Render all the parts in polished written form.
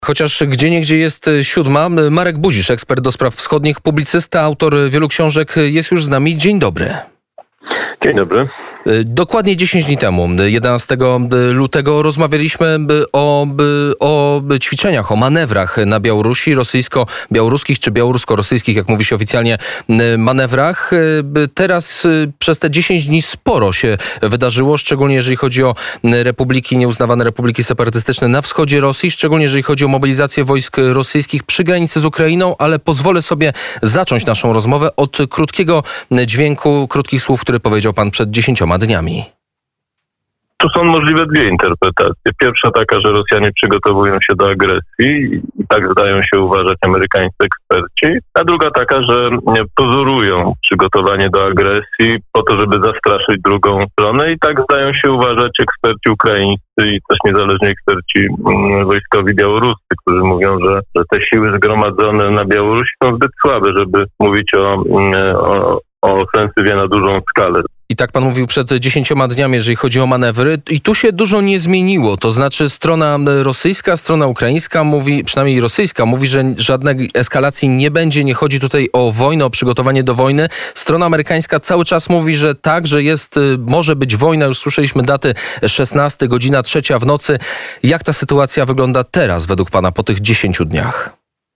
Chociaż gdzieniegdzie jest 7. Marek Buzisz, ekspert do spraw wschodnich, publicysta, autor wielu książek, jest już z nami. Dzień dobry. Dzień dobry. Dokładnie 10 dni temu, 11 lutego, rozmawialiśmy o ćwiczeniach, o manewrach na Białorusi, rosyjsko-białoruskich czy białorusko-rosyjskich, jak mówi się oficjalnie, manewrach. Teraz przez te 10 dni sporo się wydarzyło, szczególnie jeżeli chodzi o republiki, nieuznawane republiki separatystyczne na wschodzie Rosji, szczególnie jeżeli chodzi o mobilizację wojsk rosyjskich przy granicy z Ukrainą, ale pozwolę sobie zacząć naszą rozmowę od krótkiego dźwięku, krótkich słów, które powiedział pan przed 10 dniami. Tu są możliwe dwie interpretacje. Pierwsza taka, że Rosjanie przygotowują się do agresji i tak zdają się uważać amerykańscy eksperci, a druga taka, że pozorują przygotowanie do agresji po to, żeby zastraszyć drugą stronę i tak zdają się uważać eksperci ukraińscy i też niezależni eksperci wojskowi białoruscy, którzy mówią, że te siły zgromadzone na Białorusi są zbyt słabe, żeby mówić o ofensywie na dużą skalę. I tak pan mówił przed 10 dniami, jeżeli chodzi o manewry. I tu się dużo nie zmieniło. To znaczy strona rosyjska, strona ukraińska mówi, przynajmniej rosyjska, mówi, że żadnej eskalacji nie będzie. Nie chodzi tutaj o wojnę, o przygotowanie do wojny. Strona amerykańska cały czas mówi, że tak, że może być wojna. Już słyszeliśmy daty 16, godzina 3 w nocy. Jak ta sytuacja wygląda teraz według pana po tych 10 dniach?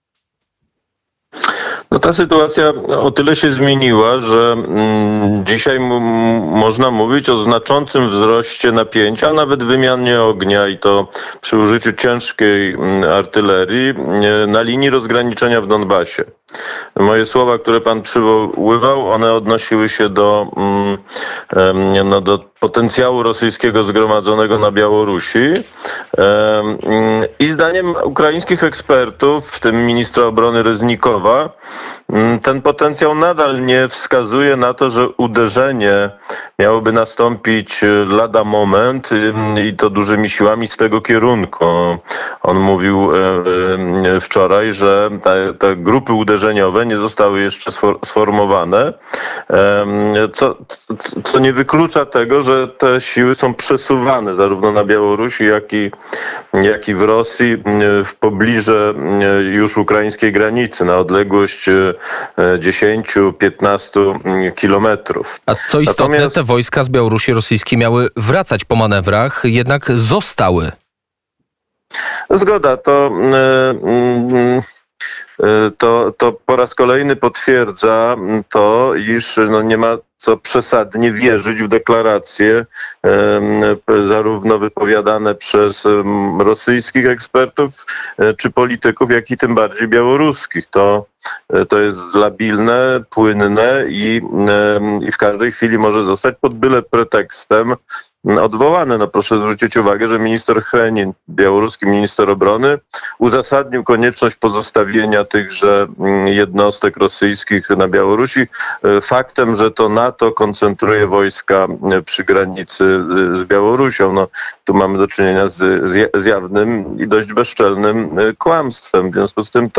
No ta sytuacja o tyle się zmieniła, że dzisiaj można mówić o znaczącym wzroście napięcia, a nawet wymianie ognia i to przy użyciu ciężkiej artylerii na linii rozgraniczenia w Donbasie. Moje słowa, które pan przywoływał, one odnosiły się do potencjału rosyjskiego zgromadzonego na Białorusi i zdaniem ukraińskich ekspertów, w tym ministra obrony Reznikowa, ten potencjał nadal nie wskazuje na to, że uderzenie miałoby nastąpić lada moment i to dużymi siłami z tego kierunku. On mówił wczoraj, że te grupy uderzeniowe nie zostały jeszcze sformowane, co nie wyklucza tego, że te siły są przesuwane zarówno na Białorusi, jak i w Rosji w pobliże już ukraińskiej granicy, na odległość 10-15 kilometrów. A co istotne, te wojska z Białorusi rosyjskiej miały wracać po manewrach, jednak zostały. Zgoda, to po raz kolejny potwierdza to, iż nie ma co przesadnie wierzyć w deklaracje zarówno wypowiadane przez rosyjskich ekspertów czy polityków, jak i tym bardziej białoruskich. To jest labilne, płynne i w każdej chwili może zostać pod byle pretekstem odwołane. No proszę zwrócić uwagę, że minister Chrenin, białoruski minister obrony, uzasadnił konieczność pozostawienia tychże jednostek rosyjskich na Białorusi faktem, że to NATO koncentruje wojska przy granicy z Białorusią. No, tu mamy do czynienia z jawnym i dość bezczelnym kłamstwem. W związku z tym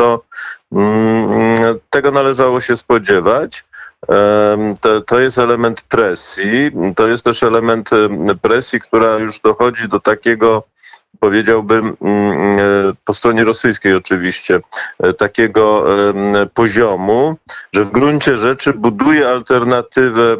tego należało się spodziewać. To jest element presji. To jest też element presji, która już dochodzi do takiego, powiedziałbym, po stronie rosyjskiej oczywiście, takiego poziomu, że w gruncie rzeczy buduje alternatywę.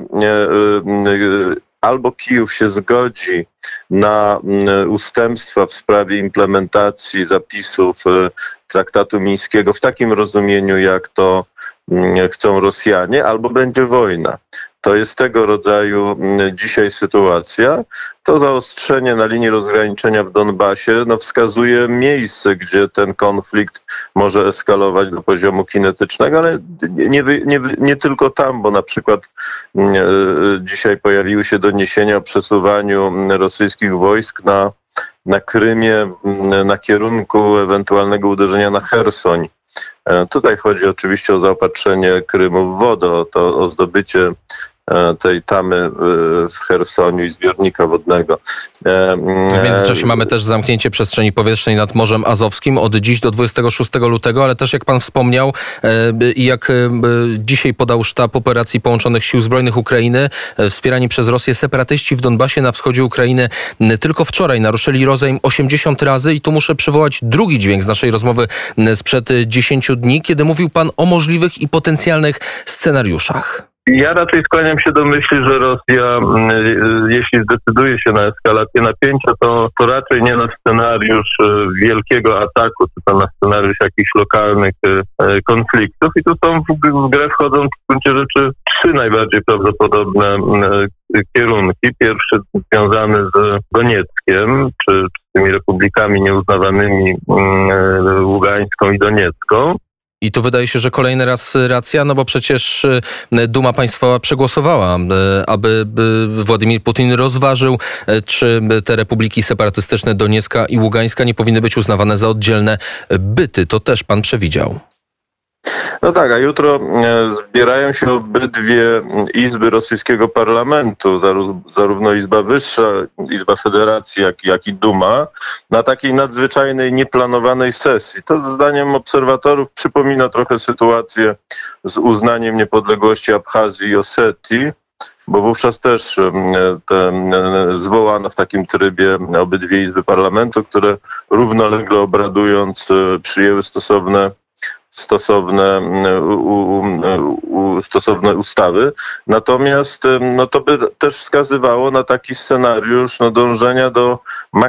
Albo Kijów się zgodzi na ustępstwa w sprawie implementacji zapisów traktatu mińskiego w takim rozumieniu, jak to chcą Rosjanie, albo będzie wojna. To jest tego rodzaju dzisiaj sytuacja. To zaostrzenie na linii rozgraniczenia w Donbasie wskazuje miejsce, gdzie ten konflikt może eskalować do poziomu kinetycznego, ale nie tylko tam, bo na przykład dzisiaj pojawiły się doniesienia o przesuwaniu rosyjskich wojsk na Krymie na kierunku ewentualnego uderzenia na Chersoń. Tutaj chodzi oczywiście o zaopatrzenie Krymu w wodę, o zdobycie tej tamy w Chersoniu i zbiornika wodnego. W międzyczasie mamy też zamknięcie przestrzeni powietrznej nad Morzem Azowskim od dziś do 26 lutego, ale też jak pan wspomniał i jak dzisiaj podał Sztab Operacji Połączonych Sił Zbrojnych Ukrainy, wspierani przez Rosję separatyści w Donbasie na wschodzie Ukrainy tylko wczoraj naruszyli rozejm 80 razy i tu muszę przywołać drugi dźwięk z naszej rozmowy sprzed 10 dni, kiedy mówił pan o możliwych i potencjalnych scenariuszach. Ja raczej skłaniam się do myśli, że Rosja, jeśli zdecyduje się na eskalację napięcia, to raczej nie na scenariusz wielkiego ataku, czy to na scenariusz jakichś lokalnych konfliktów. I tu są w grę wchodzą w gruncie rzeczy trzy najbardziej prawdopodobne kierunki. Pierwszy związany z Donieckiem, czy tymi republikami nieuznawanymi Ługańską i Doniecką. I tu wydaje się, że kolejny raz racja, no bo przecież Duma Państwowa przegłosowała, aby Władimir Putin rozważył, czy te republiki separatystyczne Doniecka i Ługańska nie powinny być uznawane za oddzielne byty. To też pan przewidział. No tak, a jutro zbierają się obydwie izby rosyjskiego parlamentu, zarówno Izba Wyższa, Izba Federacji, jak i Duma, na takiej nadzwyczajnej, nieplanowanej sesji. To zdaniem obserwatorów przypomina trochę sytuację z uznaniem niepodległości Abchazji i Osetii, bo wówczas też zwołano w takim trybie obydwie izby parlamentu, które równolegle obradując przyjęły stosowne ustawy. Natomiast to by też wskazywało na taki scenariusz dążenia do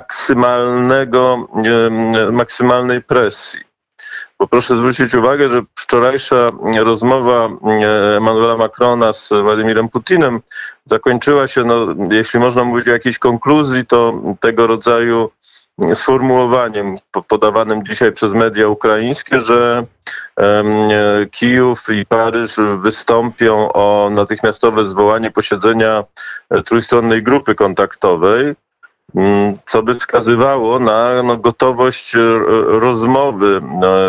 maksymalnej presji. Bo proszę zwrócić uwagę, że wczorajsza rozmowa Emmanuela Macrona z Władimirem Putinem zakończyła się, jeśli można mówić o jakiejś konkluzji, to tego rodzaju sformułowaniem podawanym dzisiaj przez media ukraińskie, że Kijów i Paryż wystąpią o natychmiastowe zwołanie posiedzenia trójstronnej grupy kontaktowej, co by wskazywało na gotowość rozmowy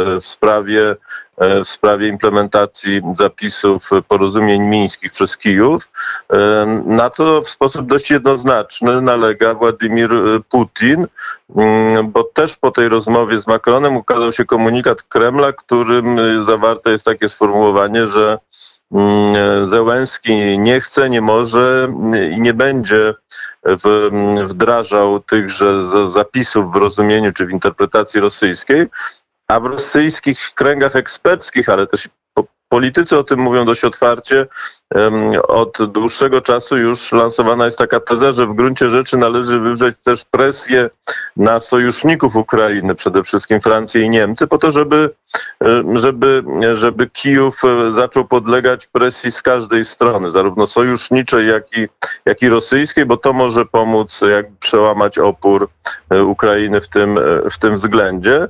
w sprawie implementacji zapisów porozumień mińskich przez Kijów, na co w sposób dość jednoznaczny nalega Władimir Putin, bo też po tej rozmowie z Macronem ukazał się komunikat Kremla, którym zawarte jest takie sformułowanie, że Zełenski nie chce, nie może i nie będzie wdrażał tychże zapisów w rozumieniu czy w interpretacji rosyjskiej, a w rosyjskich kręgach eksperckich, ale też politycy o tym mówią dość otwarcie, od dłuższego czasu już lansowana jest taka teza, że w gruncie rzeczy należy wywrzeć też presję na sojuszników Ukrainy, przede wszystkim Francję i Niemcy, po to, żeby Kijów zaczął podlegać presji z każdej strony, zarówno sojuszniczej, jak i rosyjskiej, bo to może pomóc przełamać opór Ukrainy w tym względzie.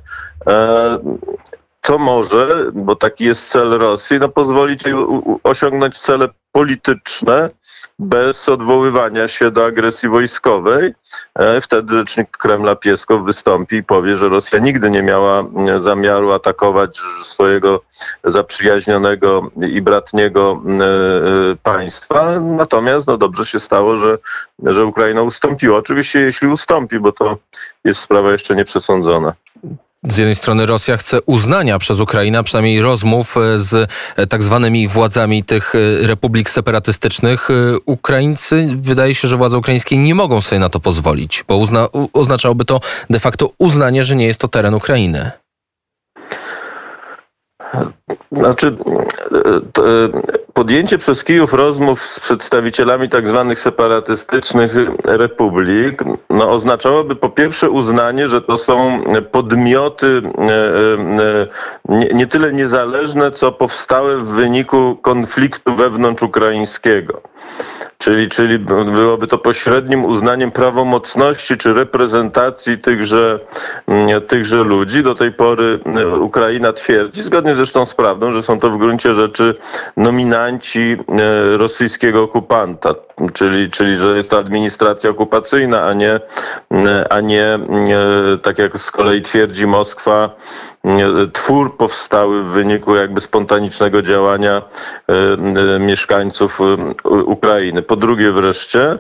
Co może, bo taki jest cel Rosji, pozwolić jej osiągnąć cele polityczne bez odwoływania się do agresji wojskowej. Wtedy rzecznik Kremla Pieskow wystąpi i powie, że Rosja nigdy nie miała zamiaru atakować swojego zaprzyjaźnionego i bratniego państwa. Natomiast dobrze się stało, że Ukraina ustąpiła. Oczywiście jeśli ustąpi, bo to jest sprawa jeszcze nieprzesądzona. Z jednej strony Rosja chce uznania przez Ukrainę, a przynajmniej rozmów z tak zwanymi władzami tych republik separatystycznych. Ukraińcy, wydaje się, że władze ukraińskie nie mogą sobie na to pozwolić, bo oznaczałoby to de facto uznanie, że nie jest to teren Ukrainy. Podjęcie przez Kijów rozmów z przedstawicielami tak zwanych separatystycznych republik oznaczałoby po pierwsze uznanie, że to są podmioty nie tyle niezależne, co powstałe w wyniku konfliktu wewnątrzukraińskiego. Czyli byłoby to pośrednim uznaniem prawomocności czy reprezentacji tychże ludzi. Do tej pory Ukraina twierdzi, zgodnie zresztą z prawdą, że są to w gruncie rzeczy nominanci rosyjskiego okupanta. czyli że jest to administracja okupacyjna, a nie tak jak z kolei twierdzi Moskwa, twór powstały w wyniku jakby spontanicznego działania mieszkańców Ukrainy. Po drugie wreszcie,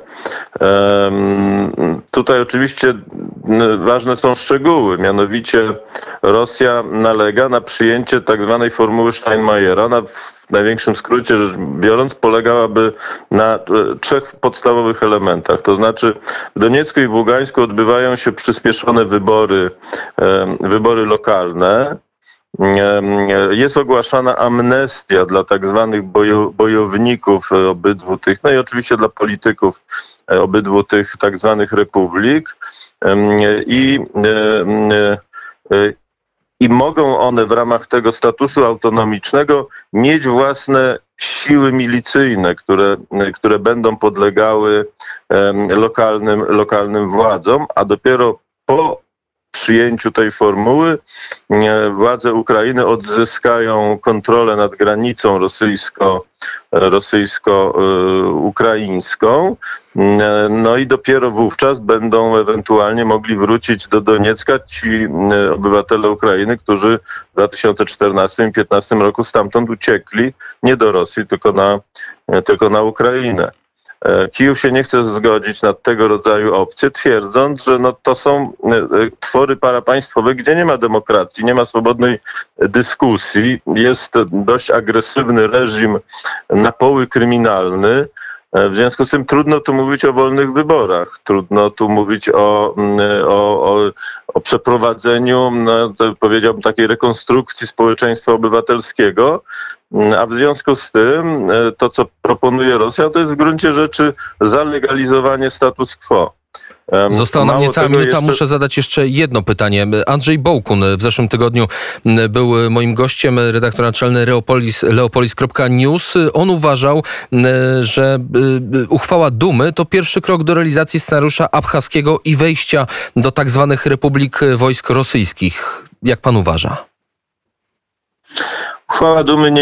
tutaj oczywiście ważne są szczegóły, mianowicie Rosja nalega na przyjęcie tak zwanej formuły Steinmeiera. Ona w największym skrócie rzecz biorąc polegałaby na 3 podstawowych elementach. To znaczy w Doniecku i w Ługańsku odbywają się przyspieszone wybory lokalne. Jest ogłaszana amnestia dla tak zwanych bojowników obydwu tych, no i oczywiście dla polityków obydwu tych tak zwanych republik. I mogą one w ramach tego statusu autonomicznego mieć własne siły milicyjne, które będą podlegały lokalnym władzom, a dopiero po przyjęciu tej formuły władze Ukrainy odzyskają kontrolę nad granicą rosyjsko-ukraińską. No i dopiero wówczas będą ewentualnie mogli wrócić do Doniecka ci obywatele Ukrainy, którzy w 2014 i 2015 roku stamtąd uciekli nie do Rosji, tylko na Ukrainę. Kijów się nie chce zgodzić na tego rodzaju opcje, twierdząc, że to są twory parapaństwowe, gdzie nie ma demokracji, nie ma swobodnej dyskusji, jest dość agresywny reżim na poły kryminalny. W związku z tym trudno tu mówić o wolnych wyborach, trudno tu mówić o przeprowadzeniu, powiedziałbym, takiej rekonstrukcji społeczeństwa obywatelskiego, a w związku z tym to, co proponuje Rosja, to jest w gruncie rzeczy zalegalizowanie status quo. Została nam niecała minuta. Muszę zadać jeszcze jedno pytanie. Andrzej Bołkun w zeszłym tygodniu był moim gościem, redaktor naczelny Leopolis.news. On uważał, że uchwała Dumy to pierwszy krok do realizacji scenariusza abchaskiego i wejścia do tak zwanych republik wojsk rosyjskich. Jak pan uważa? Uchwała Dumy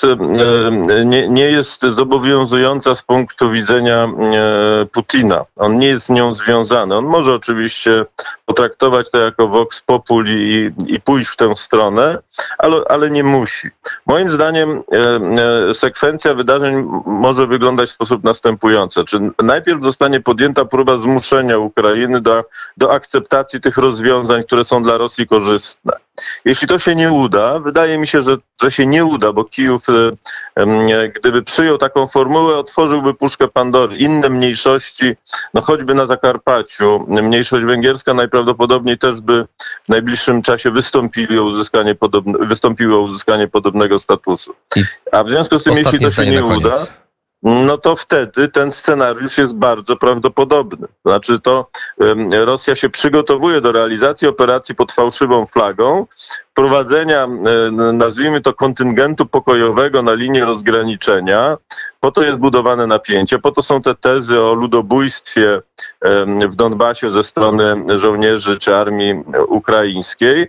nie jest zobowiązująca z punktu widzenia Putina. On nie jest z nią związany. On może oczywiście potraktować to jako vox populi i pójść w tę stronę, ale nie musi. Moim zdaniem sekwencja wydarzeń może wyglądać w sposób następujący. Czy najpierw zostanie podjęta próba zmuszenia Ukrainy do akceptacji tych rozwiązań, które są dla Rosji korzystne. Jeśli to się nie uda, wydaje mi się, że się nie uda, bo Kijów, gdyby przyjął taką formułę, otworzyłby puszkę Pandory. Inne mniejszości, choćby na Zakarpaciu, mniejszość węgierska najprawdopodobniej też by w najbliższym czasie wystąpiły o uzyskanie podobnego statusu. A w związku z tym, jeśli to się nie uda, no to wtedy ten scenariusz jest bardzo prawdopodobny. Znaczy Rosja się przygotowuje do realizacji operacji pod fałszywą flagą, prowadzenia, nazwijmy to, kontyngentu pokojowego na linii rozgraniczenia. Po to jest budowane napięcie, po to są te tezy o ludobójstwie w Donbasie ze strony żołnierzy czy armii ukraińskiej,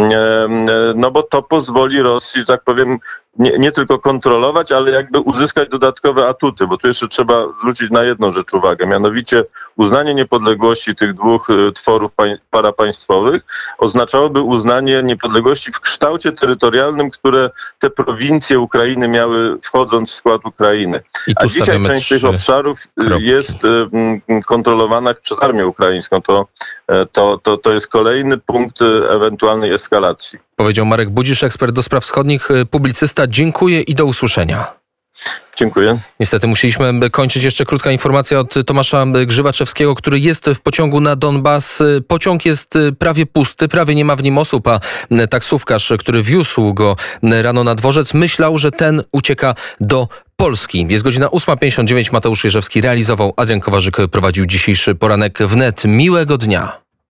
no bo to pozwoli Rosji, że tak powiem, nie tylko kontrolować, ale jakby uzyskać dodatkowe atuty, bo tu jeszcze trzeba zwrócić na jedną rzecz uwagę, mianowicie uznanie niepodległości tych dwóch tworów parapaństwowych oznaczałoby uznanie niepodległości w kształcie terytorialnym, które te prowincje Ukrainy miały wchodząc w skład Ukrainy. A dzisiaj część tych obszarów jest kontrolowana przez armię ukraińską. To jest kolejny punkt ewentualnej eskalacji. Powiedział Marek Budzisz, ekspert do spraw wschodnich, publicysta. Dziękuję i do usłyszenia. Dziękuję. Niestety musieliśmy kończyć. Jeszcze krótka informacja od Tomasza Grzywaczewskiego, który jest w pociągu na Donbas. Pociąg jest prawie pusty, prawie nie ma w nim osób, a taksówkarz, który wiózł go rano na dworzec, myślał, że ten ucieka do Polski. Jest godzina 8:59. Mateusz Jerzewski realizował, Adrian Kowarzyk prowadził dzisiejszy poranek wnet. Miłego dnia.